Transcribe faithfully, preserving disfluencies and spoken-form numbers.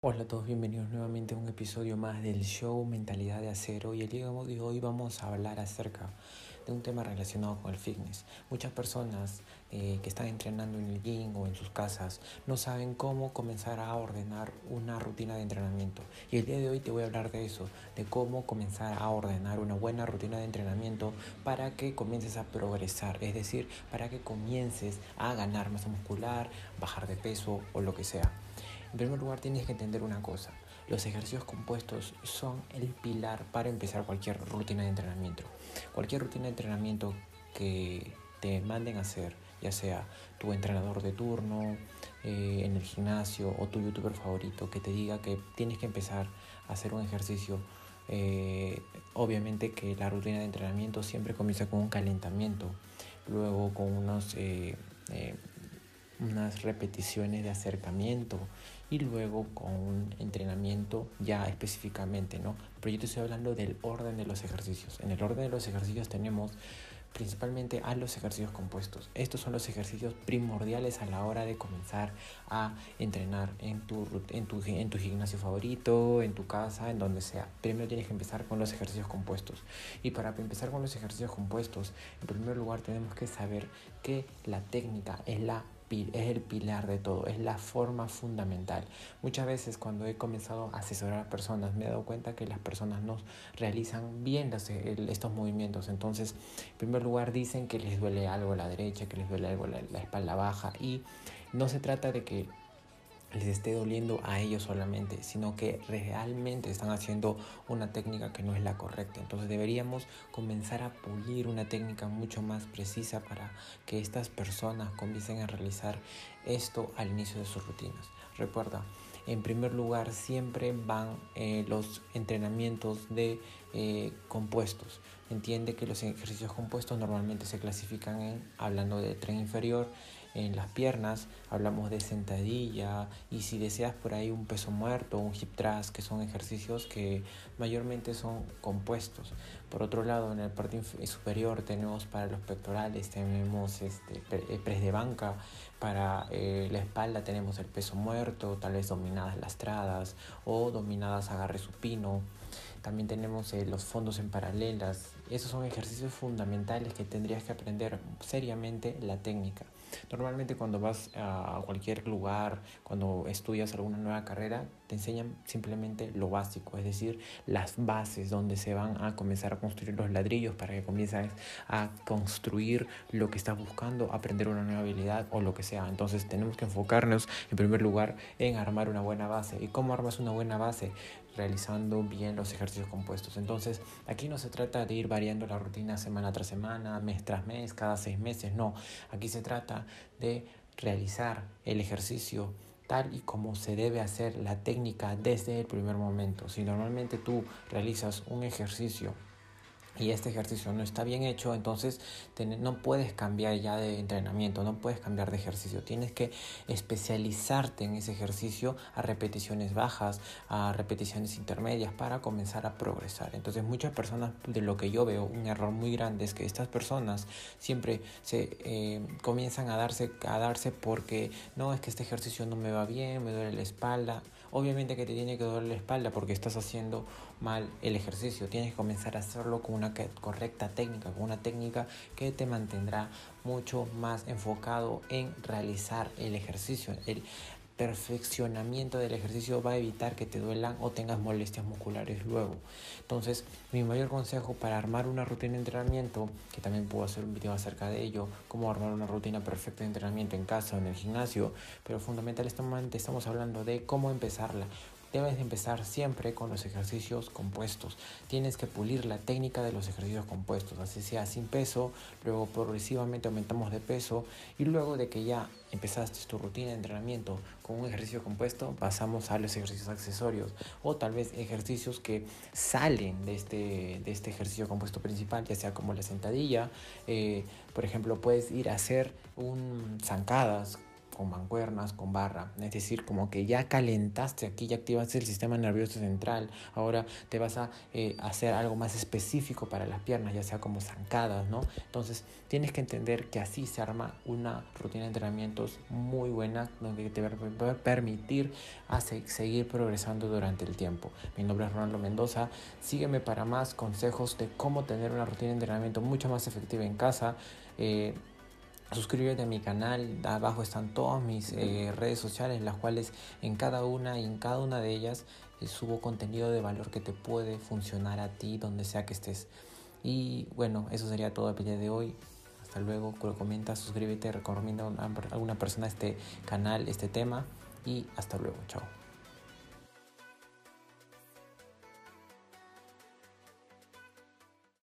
Hola a todos, bienvenidos nuevamente a un episodio más del show Mentalidad de Acero, y el día de hoy vamos a hablar acerca de un tema relacionado con el fitness. Muchas personas eh, que están entrenando en el gym o en sus casas no saben cómo comenzar a ordenar una rutina de entrenamiento, y el día de hoy te voy a hablar de eso, de cómo comenzar a ordenar una buena rutina de entrenamiento para que comiences a progresar, es decir, para que comiences a ganar masa muscular, bajar de peso o lo que sea. En primer lugar, tienes que entender una cosa: los ejercicios compuestos son el pilar para empezar cualquier rutina de entrenamiento. Cualquier rutina de entrenamiento que te manden a hacer, ya sea tu entrenador de turno, eh, en el gimnasio, o tu youtuber favorito que te diga que tienes que empezar a hacer un ejercicio, eh, obviamente que la rutina de entrenamiento siempre comienza con un calentamiento, luego con unos... Eh, eh, unas repeticiones de acercamiento y luego con un entrenamiento ya específicamente, ¿no? Pero yo te estoy hablando del orden de los ejercicios. En el orden de los ejercicios tenemos principalmente a los ejercicios compuestos. Estos son los ejercicios primordiales a la hora de comenzar a entrenar en tu, en tu, en tu gimnasio favorito, en tu casa, en donde sea. Primero tienes que empezar con los ejercicios compuestos. Y para empezar con los ejercicios compuestos, en primer lugar tenemos que saber que la técnica es la es el pilar de todo, es la forma fundamental. Muchas veces cuando he comenzado a asesorar a personas me he dado cuenta que las personas no realizan bien las, el, estos movimientos. Entonces, en primer lugar dicen que les duele algo a la derecha, que les duele algo la, la espalda baja, y no se trata de que les esté doliendo a ellos solamente, sino que realmente están haciendo una técnica que no es la correcta. Entonces deberíamos comenzar a pulir una técnica mucho más precisa para que estas personas comiencen a realizar esto al inicio de sus rutinas. Recuerda, en primer lugar siempre van eh, los entrenamientos de eh, compuestos. Entiende que los ejercicios compuestos normalmente se clasifican en, hablando de tren inferior, en las piernas, hablamos de sentadilla, y si deseas por ahí un peso muerto, un hip thrust, que son ejercicios que mayormente son compuestos. Por otro lado, en la parte superior tenemos para los pectorales, tenemos este, press de banca. Para eh, la espalda tenemos el peso muerto, tal vez dominadas lastradas o dominadas agarre supino. También tenemos eh, los fondos en paralelas. Esos son ejercicios fundamentales que tendrías que aprender seriamente la técnica. Normalmente cuando vas a cualquier lugar, cuando estudias alguna nueva carrera, te enseñan simplemente lo básico, es decir, las bases donde se van a comenzar a construir los ladrillos para que comiences a construir lo que estás buscando, aprender una nueva habilidad o lo que sea. Entonces tenemos que enfocarnos en primer lugar en armar una buena base. ¿Y cómo armas una buena base? Realizando bien los ejercicios compuestos. Entonces aquí no se trata de ir variando la rutina semana tras semana, mes tras mes, cada seis meses, no. Aquí se trata de realizar el ejercicio tal y como se debe hacer la técnica desde el primer momento. Si normalmente tú realizas un ejercicio y este ejercicio no está bien hecho, entonces ten, no puedes cambiar ya de entrenamiento, no puedes cambiar de ejercicio. Tienes que especializarte en ese ejercicio a repeticiones bajas, a repeticiones intermedias, para comenzar a progresar. Entonces muchas personas, de lo que yo veo, un error muy grande es que estas personas siempre se eh, comienzan a darse, a darse porque no, es que este ejercicio no me va bien, me duele la espalda. Obviamente que te tiene que doler la espalda porque estás haciendo mal el ejercicio. Tienes que comenzar a hacerlo con una correcta técnica, con una técnica que te mantendrá mucho más enfocado en realizar el ejercicio. El perfeccionamiento del ejercicio va a evitar que te duelan o tengas molestias musculares luego. Entonces, mi mayor consejo para armar una rutina de entrenamiento, que también puedo hacer un video acerca de ello, cómo armar una rutina perfecta de entrenamiento en casa o en el gimnasio, pero fundamentalmente estamos hablando de cómo empezarla. Debes de empezar siempre con los ejercicios compuestos. Tienes que pulir la técnica de los ejercicios compuestos, así sea sin peso, luego progresivamente aumentamos de peso, y luego de que ya empezaste tu rutina de entrenamiento con un ejercicio compuesto, pasamos a los ejercicios accesorios, o tal vez ejercicios que salen de este, de este ejercicio compuesto principal, ya sea como la sentadilla. Eh, por ejemplo, puedes ir a hacer un zancadas con mancuernas, con barra. Es decir, como que ya calentaste aquí, ya activaste el sistema nervioso central. Ahora te vas a eh, hacer algo más específico para las piernas, ya sea como zancadas, ¿no? Entonces tienes que entender que así se arma una rutina de entrenamientos muy buena, donde te va a permitir a seguir progresando durante el tiempo. Mi nombre es Ronaldo Mendoza. Sígueme para más consejos de cómo tener una rutina de entrenamiento mucho más efectiva en casa. Eh, Suscríbete a mi canal, abajo están todas mis eh, redes sociales, las cuales en cada una y en cada una de ellas eh, subo contenido de valor que te puede funcionar a ti donde sea que estés. Y bueno, eso sería todo el día de hoy. Hasta luego, comenta, suscríbete, recomienda a alguna persona este canal, este tema y hasta luego, chao.